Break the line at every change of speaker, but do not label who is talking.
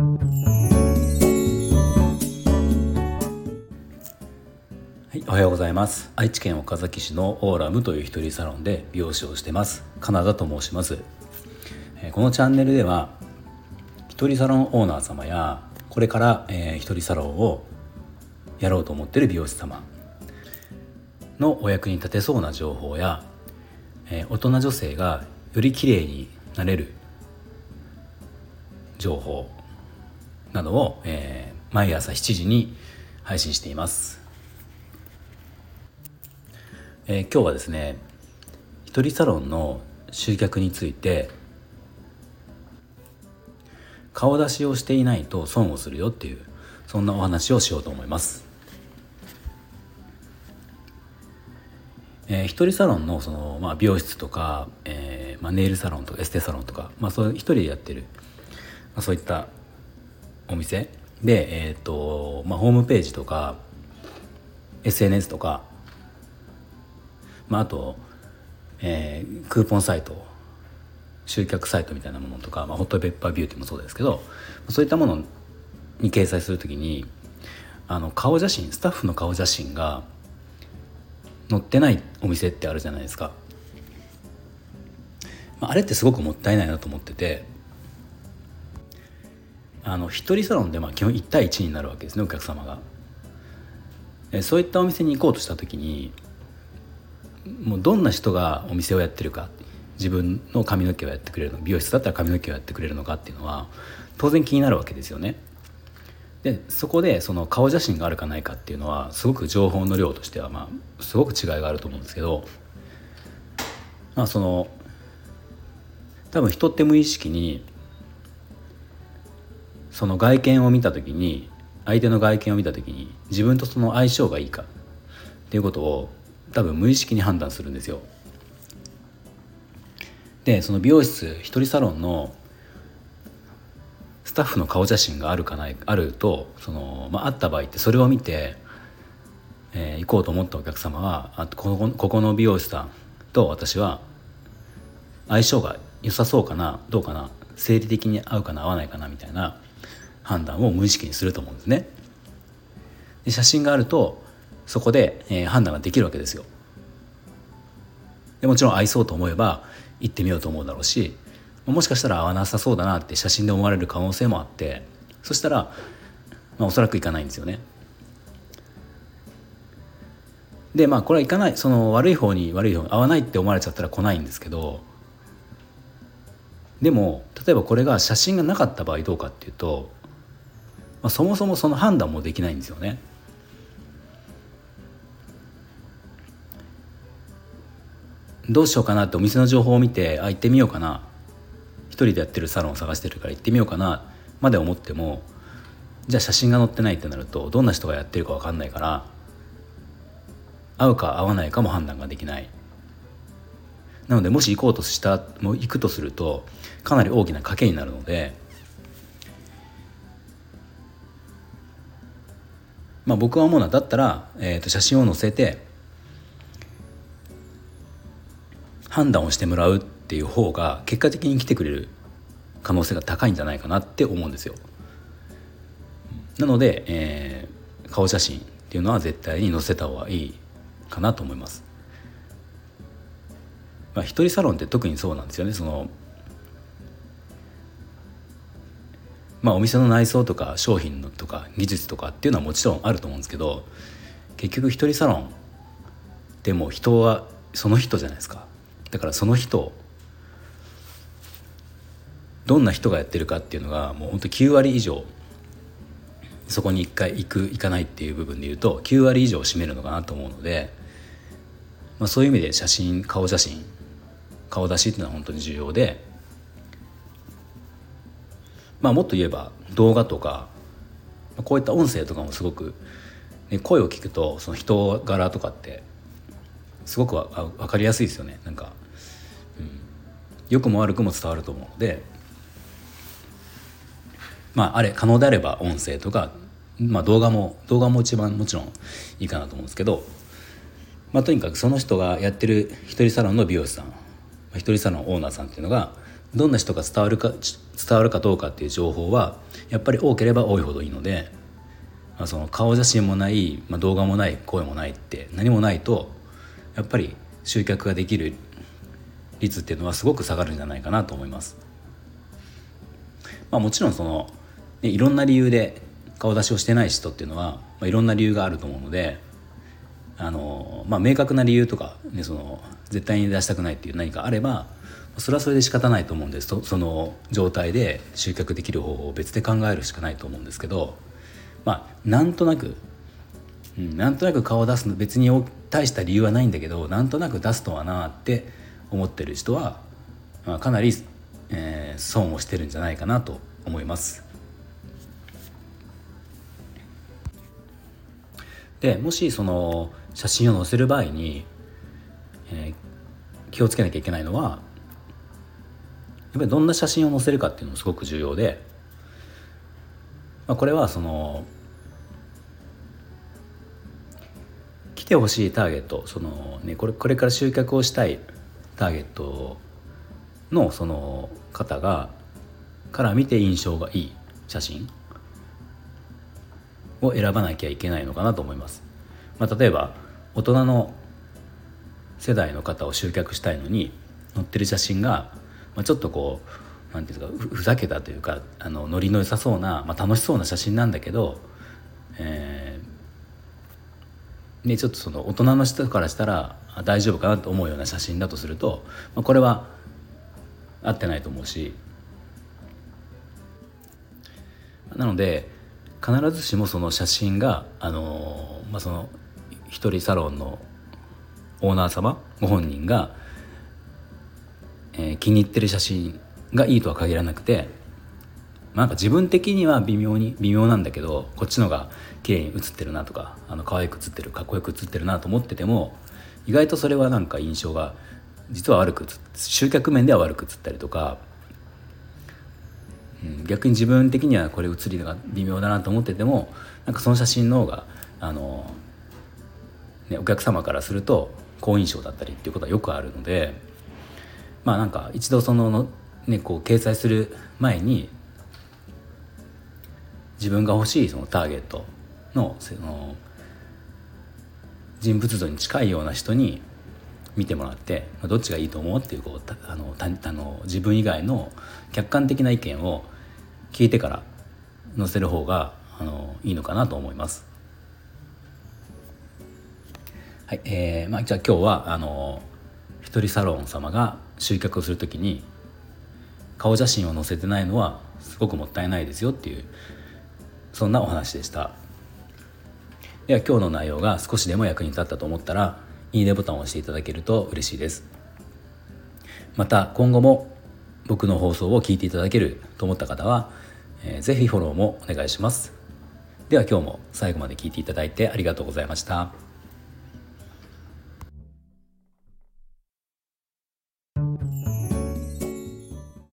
はい、おはようございます。愛知県岡崎市のオーラムという一人サロンで美容師をしてます。カナダと申します。このチャンネルでは一人サロンオーナー様やこれから一人サロンをやろうと思っている美容師様のお役に立てそうな情報や、大人女性がより綺麗になれる情報などを、毎朝7時に配信しています。今日はですね、一人サロンの集客について、顔出しをしていないと損をするよっていう、そんなお話をしようと思います。一人サロンの美容室とか、ネイルサロンとかエステサロンとか、そういう一人でやってる、そういったお店で、ホームページとか SNS とか、あと、クーポンサイト、集客サイトみたいなものとか、ホットペッパービューティーもそうですけど、そういったものに掲載するときに顔写真、スタッフの顔写真が載ってないお店ってあるじゃないですか。あれってすごくもったいないなと思ってて、一人サロンで基本1対1になるわけですね、お客様が。そういったお店に行こうとした時に、もうどんな人がお店をやってるか、自分の髪の毛をやってくれるの、美容室だったら髪の毛をやってくれるのかっていうのは当然気になるわけですよね。でそこでその顔写真があるかないかっていうのはすごく情報の量としてはすごく違いがあると思うんですけど、多分人って無意識にその外見を見た時に、相手の外見を見た時に自分とその相性がいいかっていうことを多分無意識に判断するんですよ。でその美容室、一人サロンのスタッフの顔写真があると会った場合って、それを見て、行こうと思ったお客様はここの美容師さんと私は相性が良さそうかな、どうかな、生理的に合うかな合わないかなみたいな判断を無意識にすると思うんですね。で写真があるとそこで、判断ができるわけですよ。でもちろん合いそうと思えば行ってみようと思うだろうし、もしかしたら合わなさそうだなって写真で思われる可能性もあって、そしたら、おそらく行かないんですよね。でこれは行かない、悪い方に合わないって思われちゃったら来ないんですけど、でも例えばこれが写真がなかった場合どうかっていうと、そもそもその判断もできないんですよね。どうしようかなってお店の情報を見て、行ってみようかな、一人でやってるサロンを探してるから行ってみようかなまで思っても、じゃあ写真が載ってないってなるとどんな人がやってるか分かんないから、合うか合わないかも判断ができない。なのでもし行くとするとかなり大きな賭けになるので、僕は思うのは、だったら、写真を載せて判断をしてもらうっていう方が結果的に来てくれる可能性が高いんじゃないかなって思うんですよ。なので、顔写真っていうのは絶対に載せた方がいいかなと思います。一人サロンって特にそうなんですよね。お店の内装とか商品のとか技術とかっていうのはもちろんあると思うんですけど、結局一人サロンでも人はその人じゃないですか。だからその人、どんな人がやってるかっていうのがもう本当9割以上、そこに1回行かないっていう部分で言うと9割以上を占めるのかなと思うので、そういう意味で顔写真、顔出しっていうのは本当に重要で、もっと言えば動画とかこういった音声とかもすごく、声を聞くとその人柄とかってすごく分かりやすいですよね。良くも悪くも伝わると思うので、可能であれば音声とか、動画も一番もちろんいいかなと思うんですけど、とにかくその人がやってる一人サロンの美容師さん、一人サロンオーナーさんっていうのがどんな人が伝わるかどうかっていう情報はやっぱり多ければ多いほどいいので、その顔写真もない、動画もない声もないって何もないとやっぱり集客ができる率っていうのはすごく下がるんじゃないかなと思います。もちろんいろんな理由で顔出しをしてない人っていうのは、いろんな理由があると思うので、明確な理由とか、絶対に出したくないっていう何かあればそれはそれで仕方ないと思うんです。その状態で集客できる方法を別で考えるしかないと思うんですけど、なんとなく顔を出すの別に大した理由はないんだけどなんとなく出すとはなって思ってる人は、かなり、損をしてるんじゃないかなと思います。でもしその写真を載せる場合に、気をつけなきゃいけないのはやっぱりどんな写真を載せるかっていうのもすごく重要で、これは来てほしいターゲットこれから集客をしたいターゲットのその方から見て印象がいい写真を選ばなきゃいけないのかなと思います。例えば大人の世代の方を集客したいのに載ってる写真が、ちょっとなんていうかふざけたというかノリの良さそうな、楽しそうな写真なんだけど、ちょっと大人の人からしたら大丈夫かなと思うような写真だとすると、これは合ってないと思うし、なので必ずしもその写真がその一人サロンのオーナー様ご本人が、気に入ってる写真がいいとは限らなくて、なんか自分的には微妙なんだけどこっちのが綺麗に写ってるなとか可愛く写ってるかっこよく写ってるなと思ってても意外とそれはなんか印象が実は集客面では悪く写ったりとか、逆に自分的にはこれ写りが微妙だなと思っててもなんかその写真の方がお客様からすると好印象だったりっていうことはよくあるので、なんか一度掲載する前に自分が欲しいそのターゲットの人物像に近いような人に見てもらってどっちがいいと思うっていう自分以外の客観的な意見を聞いてから載せる方がいいのかなと思います。はい、じゃあ今日は一人サロン様が集客をするときに顔写真を載せてないのはすごくもったいないですよっていうそんなお話でした。では今日の内容が少しでも役に立ったと思ったらいいねボタンを押していただけると嬉しいです。また今後も僕の放送を聞いていただけると思った方は、ぜひフォローもお願いします。では今日も最後まで聞いていただいてありがとうございました。